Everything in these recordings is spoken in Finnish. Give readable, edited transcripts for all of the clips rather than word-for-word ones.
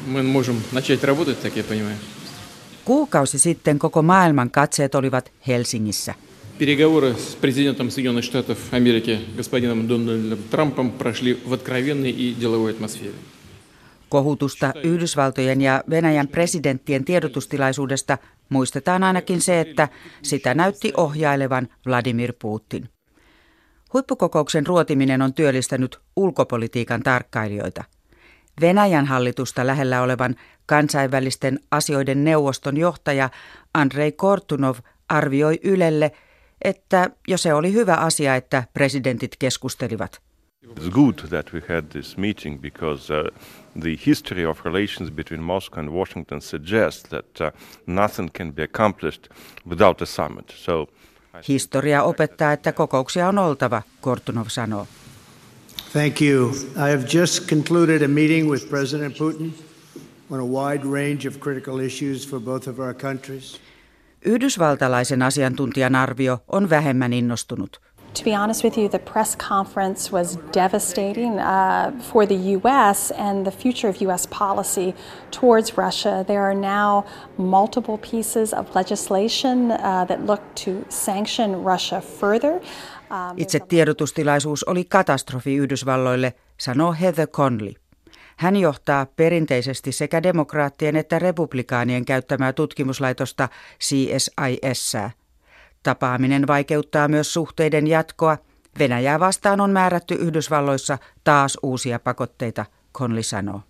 мы можем начать работать, так я понимаю. Kuukausi sitten koko maailman katseet olivat Helsingissä. Переговоры с президентом Соединенных Штатов Америки господином Дональдом Трампом прошли в откровенной и деловой атмосфере. Kohutusta Yhdysvaltojen ja Venäjän presidenttien tiedotustilaisuudesta muistetaan ainakin se, että sitä näytti ohjailevan Vladimir Putin. Huippukokouksen ruotiminen on työllistänyt ulkopolitiikan tarkkailijoita. Venäjän hallitusta lähellä olevan kansainvälisten asioiden neuvoston johtaja Andrei Kortunov arvioi Ylelle, että jo se oli hyvä asia, että presidentit keskustelivat. It's good that we had this meeting because the history of relations between Moscow and Washington suggests that nothing can be accomplished without a summit. Historia opettaa, että kokouksia on oltava, Kortunov sanoo. Thank you. I have just concluded a meeting with President Putin on a wide range of critical issues for both of our countries. Yhdysvaltalaisen asiantuntijan arvio on vähemmän innostunut. To be honest with you, the press conference was devastating for the U.S. and the future of U.S. policy towards Russia. There are now multiple pieces of legislation that look to sanction Russia further. Itse tiedotustilaisuus oli katastrofi Yhdysvalloille, sanoo Heather Conley. Hän johtaa perinteisesti sekä demokraattien että republikaanien käyttämää tutkimuslaitosta CSIS:ää. Tapaaminen vaikeuttaa myös suhteiden jatkoa. Venäjää vastaan on määrätty Yhdysvalloissa taas uusia pakotteita, Conley sanoo.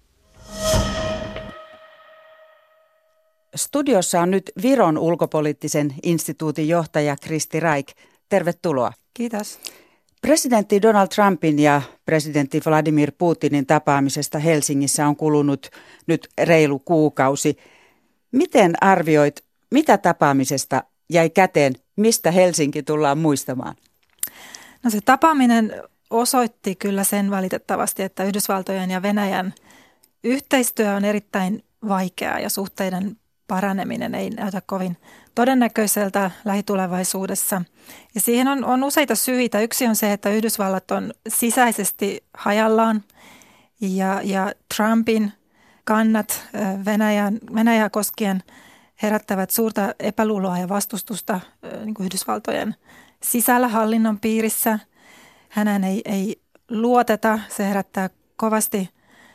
Studiossa on nyt Viron ulkopoliittisen instituutin johtaja Kristi Raik. Tervetuloa. Kiitos. Presidentti Donald Trumpin ja presidentti Vladimir Putinin tapaamisesta Helsingissä on kulunut nyt reilu kuukausi. Miten arvioit, mitä tapaamisesta jäi käteen, mistä Helsinki tullaan muistamaan? No se tapaaminen osoitti kyllä sen valitettavasti, että Yhdysvaltojen ja Venäjän yhteistyö on erittäin vaikeaa ja suhteiden paraneminen ei näytä kovin todennäköiseltä lähitulevaisuudessa. Ja siihen on useita syitä. Yksi on se, että Yhdysvallat on sisäisesti hajallaan ja Trumpin kannat Venäjää koskien herättävät suurta epäluuloa ja vastustusta niin kuin Yhdysvaltojen sisällä hallinnon piirissä. Häneen ei luoteta. Se herättää kovasti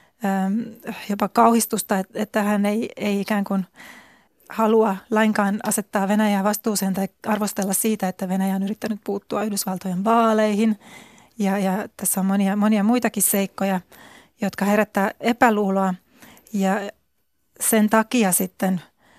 jopa kauhistusta, että hän ei ikään kuin halua lainkaan asettaa Venäjää vastuuseen tai arvostella siitä, että Venäjä on yrittänyt puuttua Yhdysvaltojen vaaleihin. Ja tässä on monia muitakin seikkoja, jotka herättää epäluuloa. Ja sen takia sitten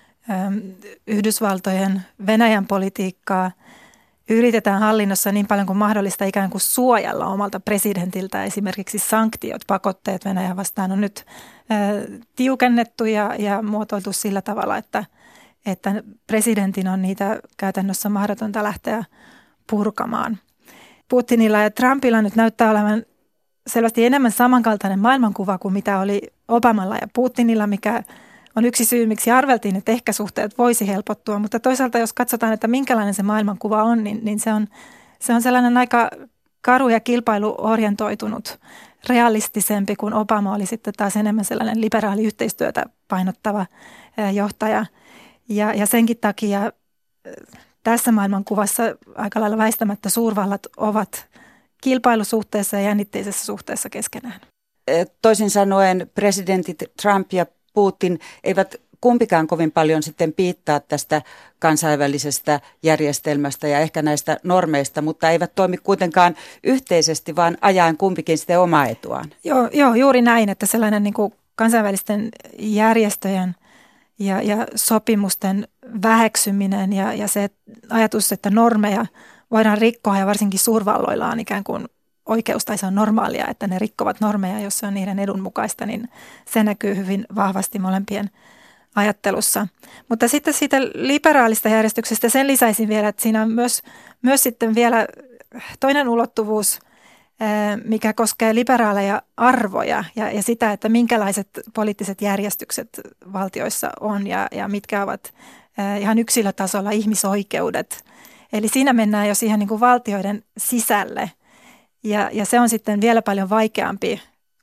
Yhdysvaltojen Venäjän politiikkaa yritetään hallinnossa niin paljon kuin mahdollista ikään kuin suojella omalta presidentiltä. Esimerkiksi sanktiot, pakotteet Venäjää vastaan on nyt tiukennettu ja muotoiltu sillä tavalla, että presidentin on niitä käytännössä mahdotonta lähteä purkamaan. Putinilla ja Trumpilla nyt näyttää olevan selvästi enemmän samankaltainen maailmankuva kuin mitä oli Obamalla ja Putinilla, mikä on yksi syy, miksi arveltiin, että ehkä suhteet voisi helpottua. Mutta toisaalta, jos katsotaan, että minkälainen se maailmankuva on, niin se on sellainen aika karu ja kilpailuorientoitunut, realistisempi kuin Obama oli sitten taas enemmän sellainen liberaali yhteistyötä painottava johtaja. Ja senkin takia tässä maailmankuvassa aika lailla väistämättä suurvallat ovat kilpailusuhteessa ja jännitteisessä suhteessa keskenään. Toisin sanoen presidentit Trump ja Putin eivät kumpikaan kovin paljon sitten piittaa tästä kansainvälisestä järjestelmästä ja ehkä näistä normeista, mutta eivät toimi kuitenkaan yhteisesti, vaan ajaen kumpikin sitten omaa etuaan. Joo, juuri näin, että sellainen niin kuin kansainvälisten järjestöjen ja sopimusten väheksyminen ja se ajatus, että normeja voidaan rikkoa ja varsinkin suurvalloilla on ikään kuin oikeus tai se on normaalia, että ne rikkovat normeja, jos se on niiden edun mukaista, niin se näkyy hyvin vahvasti molempien ajattelussa. Mutta sitten siitä liberaalista järjestyksestä sen lisäisin vielä, että siinä on myös sitten vielä toinen ulottuvuus, mikä koskee liberaaleja arvoja ja sitä, että minkälaiset poliittiset järjestykset valtioissa on ja mitkä ovat ihan yksilötasolla ihmisoikeudet. Eli siinä mennään jo siihen niin kuin valtioiden sisälle. Ja se on sitten vielä paljon vaikeampi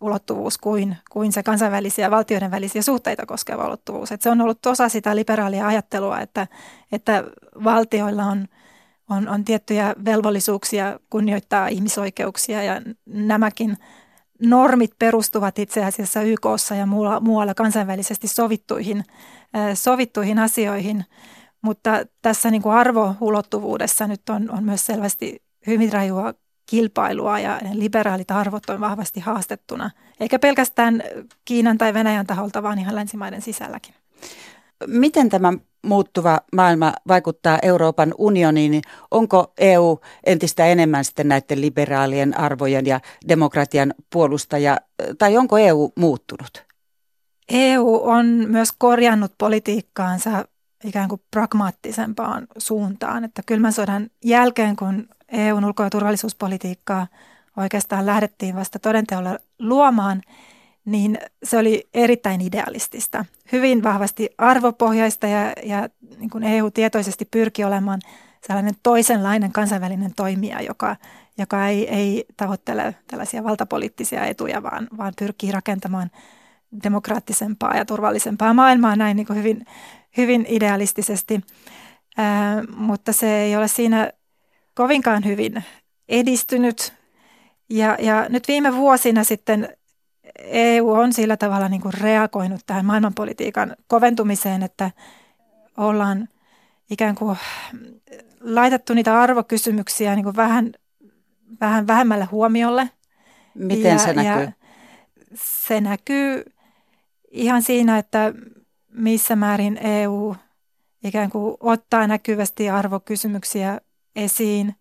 ulottuvuus kuin se kansainvälisiä valtioiden välisiä suhteita koskeva ulottuvuus. Että se on ollut osa sitä liberaalia ajattelua, että valtioilla on tiettyjä velvollisuuksia kunnioittaa ihmisoikeuksia ja nämäkin normit perustuvat itse asiassa YK:ssa ja muualla kansainvälisesti sovittuihin asioihin, mutta tässä niin kuin arvoulottuvuudessa nyt on myös selvästi hyvin rajua kilpailua ja liberaalit arvot on vahvasti haastettuna, eikä pelkästään Kiinan tai Venäjän taholta, vaan ihan länsimaiden sisälläkin. Miten tämä muuttuva maailma vaikuttaa Euroopan unioniin? Onko EU entistä enemmän sitten näiden liberaalien arvojen ja demokratian puolustaja, tai onko EU muuttunut? EU on myös korjannut politiikkaansa ikään kuin pragmaattisempaan suuntaan, että kylmän sodan jälkeen, kun EUn ulko- ja turvallisuuspolitiikkaa oikeastaan lähdettiin vasta todenteolla luomaan, niin se oli erittäin idealistista, hyvin vahvasti arvopohjaista ja niin kuin EU tietoisesti pyrki olemaan sellainen toisenlainen kansainvälinen toimija, joka ei tavoittele tällaisia valtapoliittisia etuja, vaan pyrkii rakentamaan demokraattisempaa ja turvallisempaa maailmaa näin niin kuin hyvin idealistisesti, mutta se ei ole siinä kovinkaan hyvin edistynyt. Ja nyt viime vuosina sitten EU on sillä tavalla niin kuin reagoinut tähän maailmanpolitiikan koventumiseen, että ollaan ikään kuin laitettu niitä arvokysymyksiä niin kuin vähän vähemmälle huomiolle. Miten se näkyy? Ja se näkyy ihan siinä, että missä määrin EU ikään kuin ottaa näkyvästi arvokysymyksiä esiin,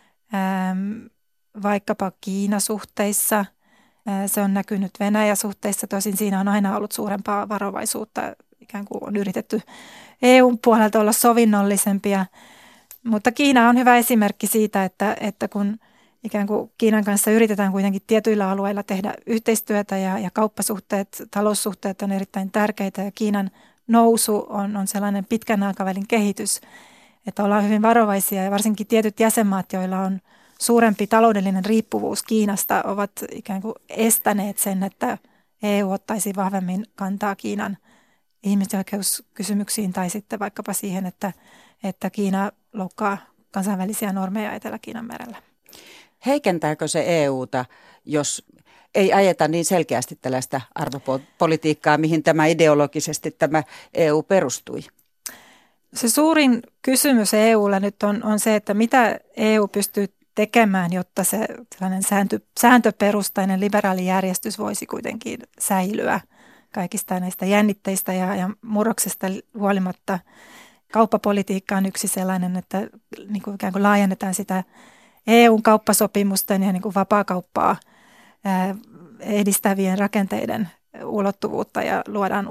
vaikkapa Kiina-suhteissa. Se on näkynyt Venäjä-suhteissa, tosin siinä on aina ollut suurempaa varovaisuutta, ikään kuin on yritetty EUn puolelta olla sovinnollisempia. Mutta Kiina on hyvä esimerkki siitä, että kun ikään kuin Kiinan kanssa yritetään kuitenkin tietyillä alueilla tehdä yhteistyötä ja kauppasuhteet, taloussuhteet on erittäin tärkeitä ja Kiinan nousu on sellainen pitkän aikavälin kehitys, että ollaan hyvin varovaisia ja varsinkin tietyt jäsenmaat, joilla on suurempi taloudellinen riippuvuus Kiinasta, ovat ikään kuin estäneet sen, että EU ottaisi vahvemmin kantaa Kiinan ihmisoikeuskysymyksiin tai sitten vaikkapa siihen, että Kiina loukkaa kansainvälisiä normeja Etelä-Kiinan merellä. Heikentääkö se EUta, jos ei ajeta niin selkeästi tällaista arvopolitiikkaa, mihin tämä ideologisesti tämä EU perustui? Se suurin kysymys EUlla nyt on se, että mitä EU pystyy tekemään, jotta se sääntöperustainen liberaali järjestys voisi kuitenkin säilyä kaikista näistä jännitteistä ja murroksesta huolimatta. Kauppapolitiikka on yksi sellainen, että niin kuin ikään kuin laajennetaan sitä EUn kauppasopimusten ja niin kuin vapaakauppaa edistävien rakenteiden ulottuvuutta ja luodaan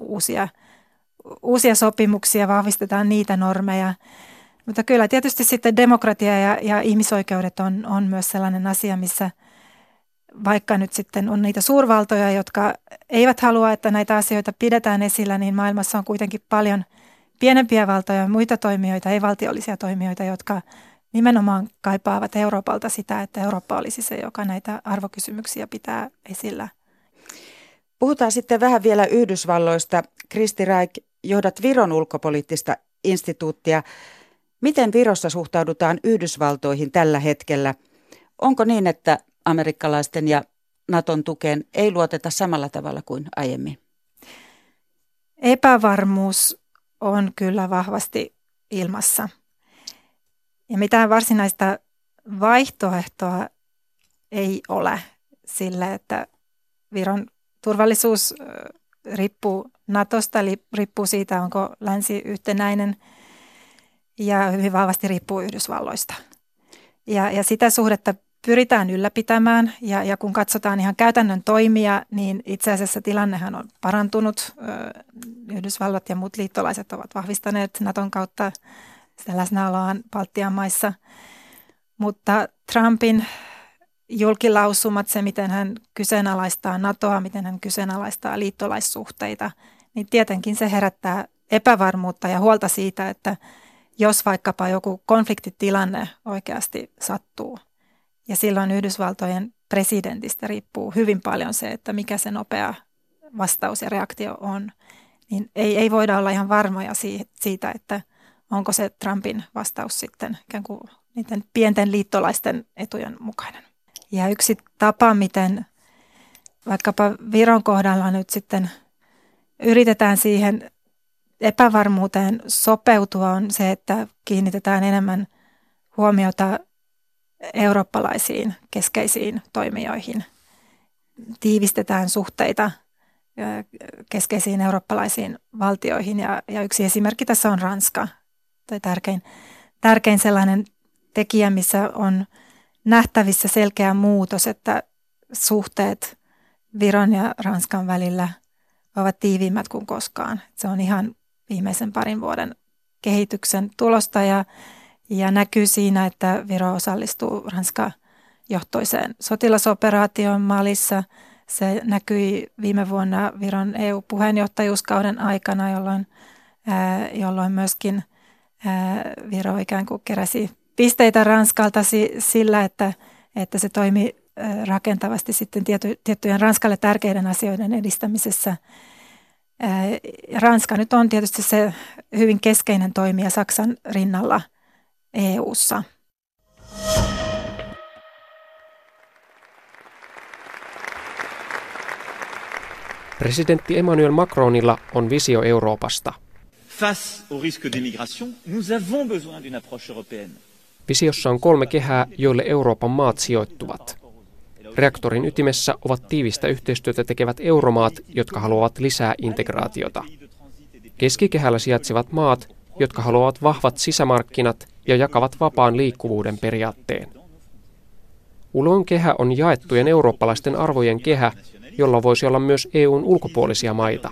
uusia sopimuksia, vahvistetaan niitä normeja. Mutta kyllä tietysti sitten demokratia ja ihmisoikeudet on myös sellainen asia, missä vaikka nyt sitten on niitä suurvaltoja, jotka eivät halua, että näitä asioita pidetään esillä, niin maailmassa on kuitenkin paljon pienempiä valtoja ja muita toimijoita, ei-valtiollisia toimijoita, jotka nimenomaan kaipaavat Euroopalta sitä, että Eurooppa olisi se, joka näitä arvokysymyksiä pitää esillä. Puhutaan sitten vähän vielä Yhdysvalloista. Kristi Raik, johdat Viron ulkopoliittista instituuttia. Miten Virossa suhtaudutaan Yhdysvaltoihin tällä hetkellä? Onko niin, että amerikkalaisten ja Naton tukeen ei luoteta samalla tavalla kuin aiemmin? Epävarmuus on kyllä vahvasti ilmassa. Ja mitään varsinaista vaihtoehtoa ei ole sille, että Viron turvallisuus riippuu Natosta, eli riippuu siitä, onko länsi yhtenäinen ja hyvin vahvasti riippuu Yhdysvalloista. Ja sitä suhdetta pyritään ylläpitämään ja kun katsotaan ihan käytännön toimia, niin itse asiassa tilannehan on parantunut. Yhdysvallat ja muut liittolaiset ovat vahvistaneet Naton kautta sitä läsnäoloaan Baltian maissa, mutta Trumpin julkilausumat, se miten hän kyseenalaistaa NATOa, miten hän kyseenalaistaa liittolaissuhteita, niin tietenkin se herättää epävarmuutta ja huolta siitä, että jos vaikkapa joku konfliktitilanne oikeasti sattuu ja silloin Yhdysvaltojen presidentistä riippuu hyvin paljon se, että mikä se nopea vastaus ja reaktio on. Niin ei voida olla ihan varmoja siitä, että onko se Trumpin vastaus sitten ikään kuin niiden pienten liittolaisten etujen mukainen. Ja yksi tapa, miten vaikkapa Viron kohdalla nyt sitten yritetään siihen epävarmuuteen sopeutua, on se, että kiinnitetään enemmän huomiota eurooppalaisiin keskeisiin toimijoihin. Tiivistetään suhteita keskeisiin eurooppalaisiin valtioihin ja yksi esimerkki tässä on Ranska. Tai tärkein sellainen tekijä, missä on nähtävissä selkeä muutos, että suhteet Viron ja Ranskan välillä ovat tiiviimmät kuin koskaan. Se on ihan viimeisen parin vuoden kehityksen tulosta ja näkyy siinä, että Viro osallistuu Ranska-johtoiseen sotilasoperaatioon Malissa. Se näkyi viime vuonna Viron EU-puheenjohtajuuskauden aikana, jolloin myöskin Viro ikään kuin keräsi pisteitä Ranskalta sillä, että se toimi rakentavasti sitten tiettyjen Ranskalle tärkeiden asioiden edistämisessä. Ranska nyt on tietysti se hyvin keskeinen toimija Saksan rinnalla EU:ssa. Presidentti Emmanuel Macronilla on visio Euroopasta. Face au risque d'immigration, nous avons besoin d'une approche européenne. Visiossa on 3 kehää, joille Euroopan maat sijoittuvat. Reaktorin ytimessä ovat tiivistä yhteistyötä tekevät euromaat, jotka haluavat lisää integraatiota. Keskikehällä sijaitsevat maat, jotka haluavat vahvat sisämarkkinat ja jakavat vapaan liikkuvuuden periaatteen. Uloin kehä on jaettujen eurooppalaisten arvojen kehä, jolla voisi olla myös EUn ulkopuolisia maita.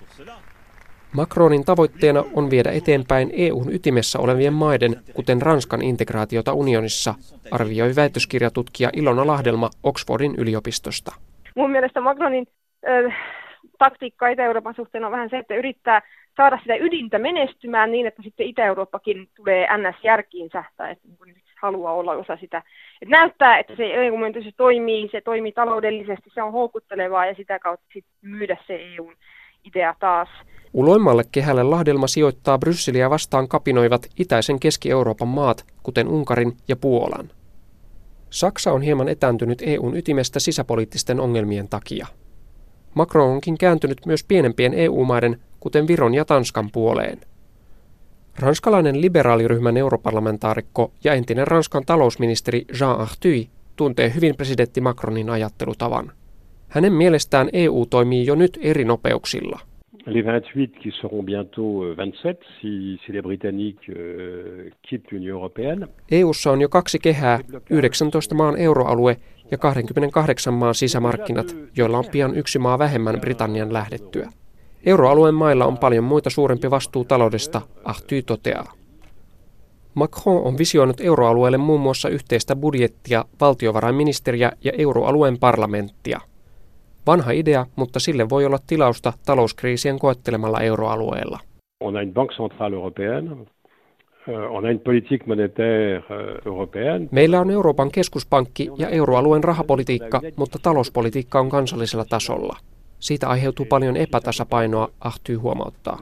Macronin tavoitteena on viedä eteenpäin EUn ytimessä olevien maiden, kuten Ranskan integraatiota unionissa, arvioi väitöskirjatutkija Ilona Lahdelma Oxfordin yliopistosta. Mun mielestä Macronin taktiikka Itä-Euroopan suhteen on vähän se, että yrittää saada sitä ydintä menestymään niin, että sitten Itä-Eurooppakin tulee NS-järkiinsä tai että haluaa olla osa sitä. Että näyttää, että se EU-myönteisesti se toimii taloudellisesti, se on houkuttelevaa ja sitä kautta sitten myydä se EUn idea taas. Uloimmalle kehälle Lahdelma sijoittaa Brysseliä vastaan kapinoivat itäisen Keski-Euroopan maat, kuten Unkarin ja Puolan. Saksa on hieman etääntynyt EUn ytimestä sisäpoliittisten ongelmien takia. Macron onkin kääntynyt myös pienempien EU-maiden, kuten Viron ja Tanskan puoleen. Ranskalainen liberaaliryhmän europarlamentaarikko ja entinen Ranskan talousministeri Jean Arthuis tuntee hyvin presidentti Macronin ajattelutavan. Hänen mielestään EU toimii jo nyt eri nopeuksilla. Les 28 qui seront bientôt 27 si les Britanniques quittent l'Union européenne. EU:ssa on jo 2 kehää, 19 maan euroalue ja 28 maan sisämarkkinat, joilla on pian 1 maa vähemmän Britannian lähdettyä. Euroalueen mailla on paljon muita suurempi vastuu taloudesta, Arthuis toteaa. Macron on visioinut euroalueelle muun muassa yhteistä budjettia, valtiovarainministeriä ja euroalueen parlamenttia. Vanha idea, mutta sille voi olla tilausta talouskriisien koettelemalla euroalueella. On a une banque centrale européenne, on a une politique monétaire européenne. Meillä on Euroopan keskuspankki ja euroalueen rahapolitiikka, mutta talouspolitiikka on kansallisella tasolla. Siitä aiheutuu paljon epätasapainoa, Arthuis huomauttaa.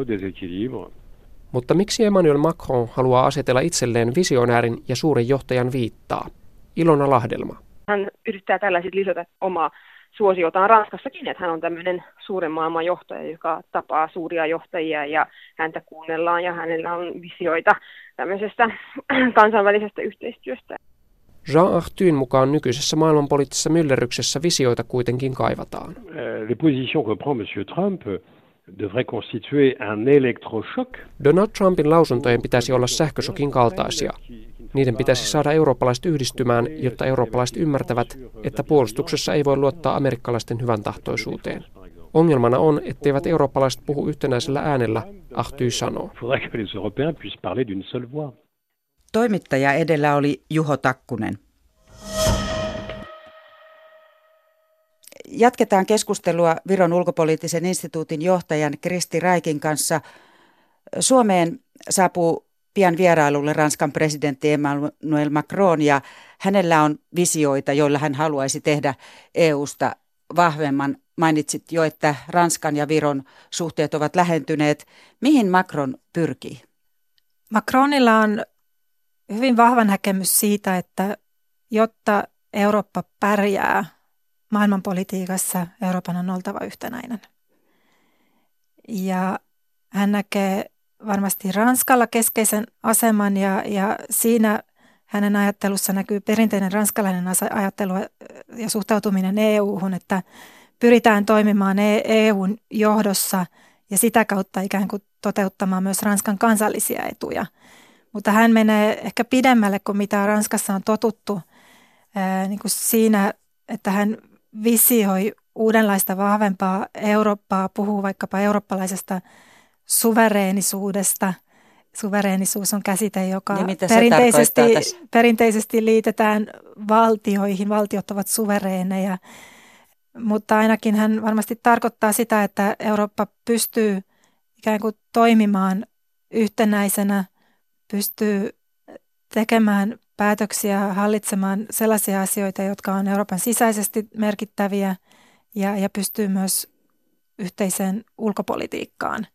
Mutta miksi Emmanuel Macron haluaa asetella itselleen visionäärin ja suuren johtajan viittaa? Ilona Lahdelma. Hän yrittää tällaiset lisätä omaa suosiotaan Ranskassakin, että hän on tämmöinen suuren maailman johtaja, joka tapaa suuria johtajia ja häntä kuunnellaan ja hänellä on visioita tämmöisestä kansainvälisestä yhteistyöstä. Jean Arthhusin mukaan nykyisessä maailmanpoliittisessa myllerryksessä visioita kuitenkin kaivataan. Les positions que prend M. Trump devraient constituer un électrochoc. Donald Trumpin lausuntojen pitäisi olla sähkösokin kaltaisia. Niiden pitäisi saada eurooppalaiset yhdistymään, jotta eurooppalaiset ymmärtävät, että puolustuksessa ei voi luottaa amerikkalaisten hyväntahtoisuuteen. Ongelmana on, etteivät eurooppalaiset puhu yhtenäisellä äänellä, Arthuis sanoo. Toimittaja edellä oli Juho Takkunen. Jatketaan keskustelua Viron ulkopoliittisen instituutin johtajan Kristi Raikin kanssa. Suomeen saapuu pian vierailulle Ranskan presidentti Emmanuel Macron ja hänellä on visioita, joilla hän haluaisi tehdä EUsta vahvemman. Mainitsit jo, että Ranskan ja Viron suhteet ovat lähentyneet. Mihin Macron pyrkii? Macronilla on hyvin vahva näkemys siitä, että jotta Eurooppa pärjää maailmanpolitiikassa, Euroopan on oltava yhtenäinen. Ja hän näkee varmasti Ranskalla keskeisen aseman ja siinä hänen ajattelussa näkyy perinteinen ranskalainen ajattelu ja suhtautuminen EU-hun, että pyritään toimimaan EUn johdossa ja sitä kautta ikään kuin toteuttamaan myös Ranskan kansallisia etuja. Mutta hän menee ehkä pidemmälle kuin mitä Ranskassa on totuttu niin kuin siinä, että hän visioi uudenlaista vahvempaa Eurooppaa, puhuu vaikkapa eurooppalaisesta suvereenisuudesta. Suvereenisuus on käsite, joka perinteisesti liitetään valtioihin. Valtiot ovat suvereeneja, mutta ainakin hän varmasti tarkoittaa sitä, että Eurooppa pystyy ikään kuin toimimaan yhtenäisenä, pystyy tekemään päätöksiä, hallitsemaan sellaisia asioita, jotka on Euroopan sisäisesti merkittäviä ja pystyy myös yhteiseen ulkopolitiikkaan.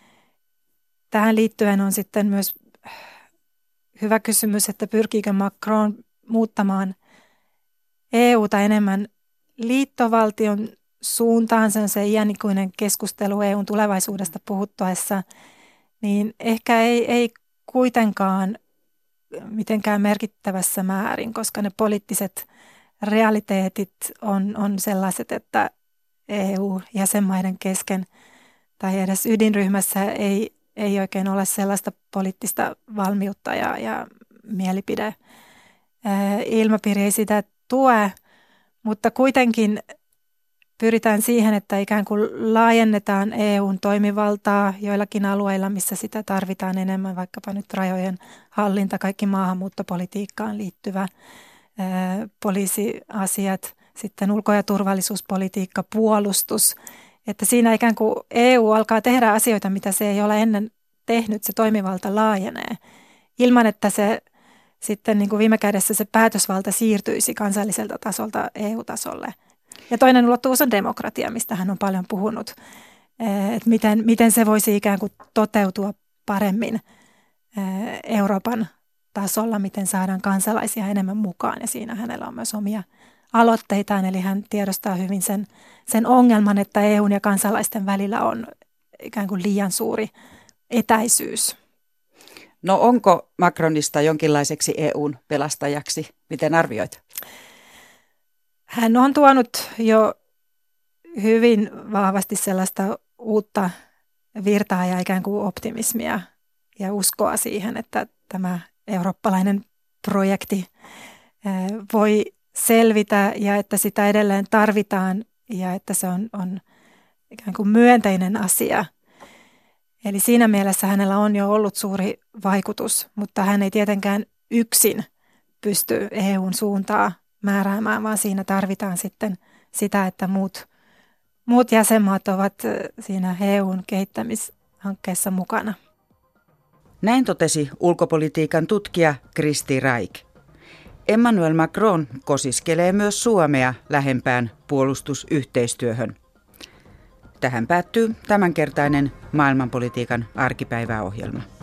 Tähän liittyen on sitten myös hyvä kysymys, että pyrkiikö Macron muuttamaan EUta enemmän liittovaltion suuntaan, se iänikuinen keskustelu EUn tulevaisuudesta puhuttuessa, niin ehkä ei kuitenkaan mitenkään merkittävässä määrin, koska ne poliittiset realiteetit on sellaiset, että EU-jäsenmaiden kesken tai edes ydinryhmässä ei oikein ole sellaista poliittista valmiutta ja mielipide. Ilmapiiri ei sitä tue, mutta kuitenkin pyritään siihen, että ikään kuin laajennetaan EUn toimivaltaa joillakin alueilla, missä sitä tarvitaan enemmän, vaikkapa nyt rajojen hallinta, kaikki maahanmuuttopolitiikkaan liittyvä, poliisiasiat, sitten ulko- ja turvallisuuspolitiikka, puolustus. Että siinä ikään kuin EU alkaa tehdä asioita, mitä se ei ole ennen tehnyt, se toimivalta laajenee, ilman että se sitten niin kuin viime kädessä se päätösvalta siirtyisi kansalliselta tasolta EU-tasolle. Ja toinen ulottuvuus on demokratia, mistä hän on paljon puhunut, että miten se voisi ikään kuin toteutua paremmin Euroopan tasolla, miten saadaan kansalaisia enemmän mukaan. Ja siinä hänellä on myös omia aloitteitaan, eli hän tiedostaa hyvin sen ongelman, että EUn ja kansalaisten välillä on ikään kuin liian suuri etäisyys. No onko Macronista jonkinlaiseksi EUn pelastajaksi? Miten arvioit? Hän on tuonut jo hyvin vahvasti sellaista uutta virtaa ja ikään kuin optimismia ja uskoa siihen, että tämä eurooppalainen projekti voi selvitä ja että sitä edelleen tarvitaan ja että se on ikään kuin myönteinen asia. Eli siinä mielessä hänellä on jo ollut suuri vaikutus, mutta hän ei tietenkään yksin pysty EUn suuntaa määräämään, vaan siinä tarvitaan sitten sitä, että muut jäsenmaat ovat siinä EUn kehittämishankkeessa mukana. Näin totesi ulkopolitiikan tutkija Kristi Raik. Emmanuel Macron kosiskelee myös Suomea lähempään puolustusyhteistyöhön. Tähän päättyy tämänkertainen maailmanpolitiikan arkipäiväohjelma.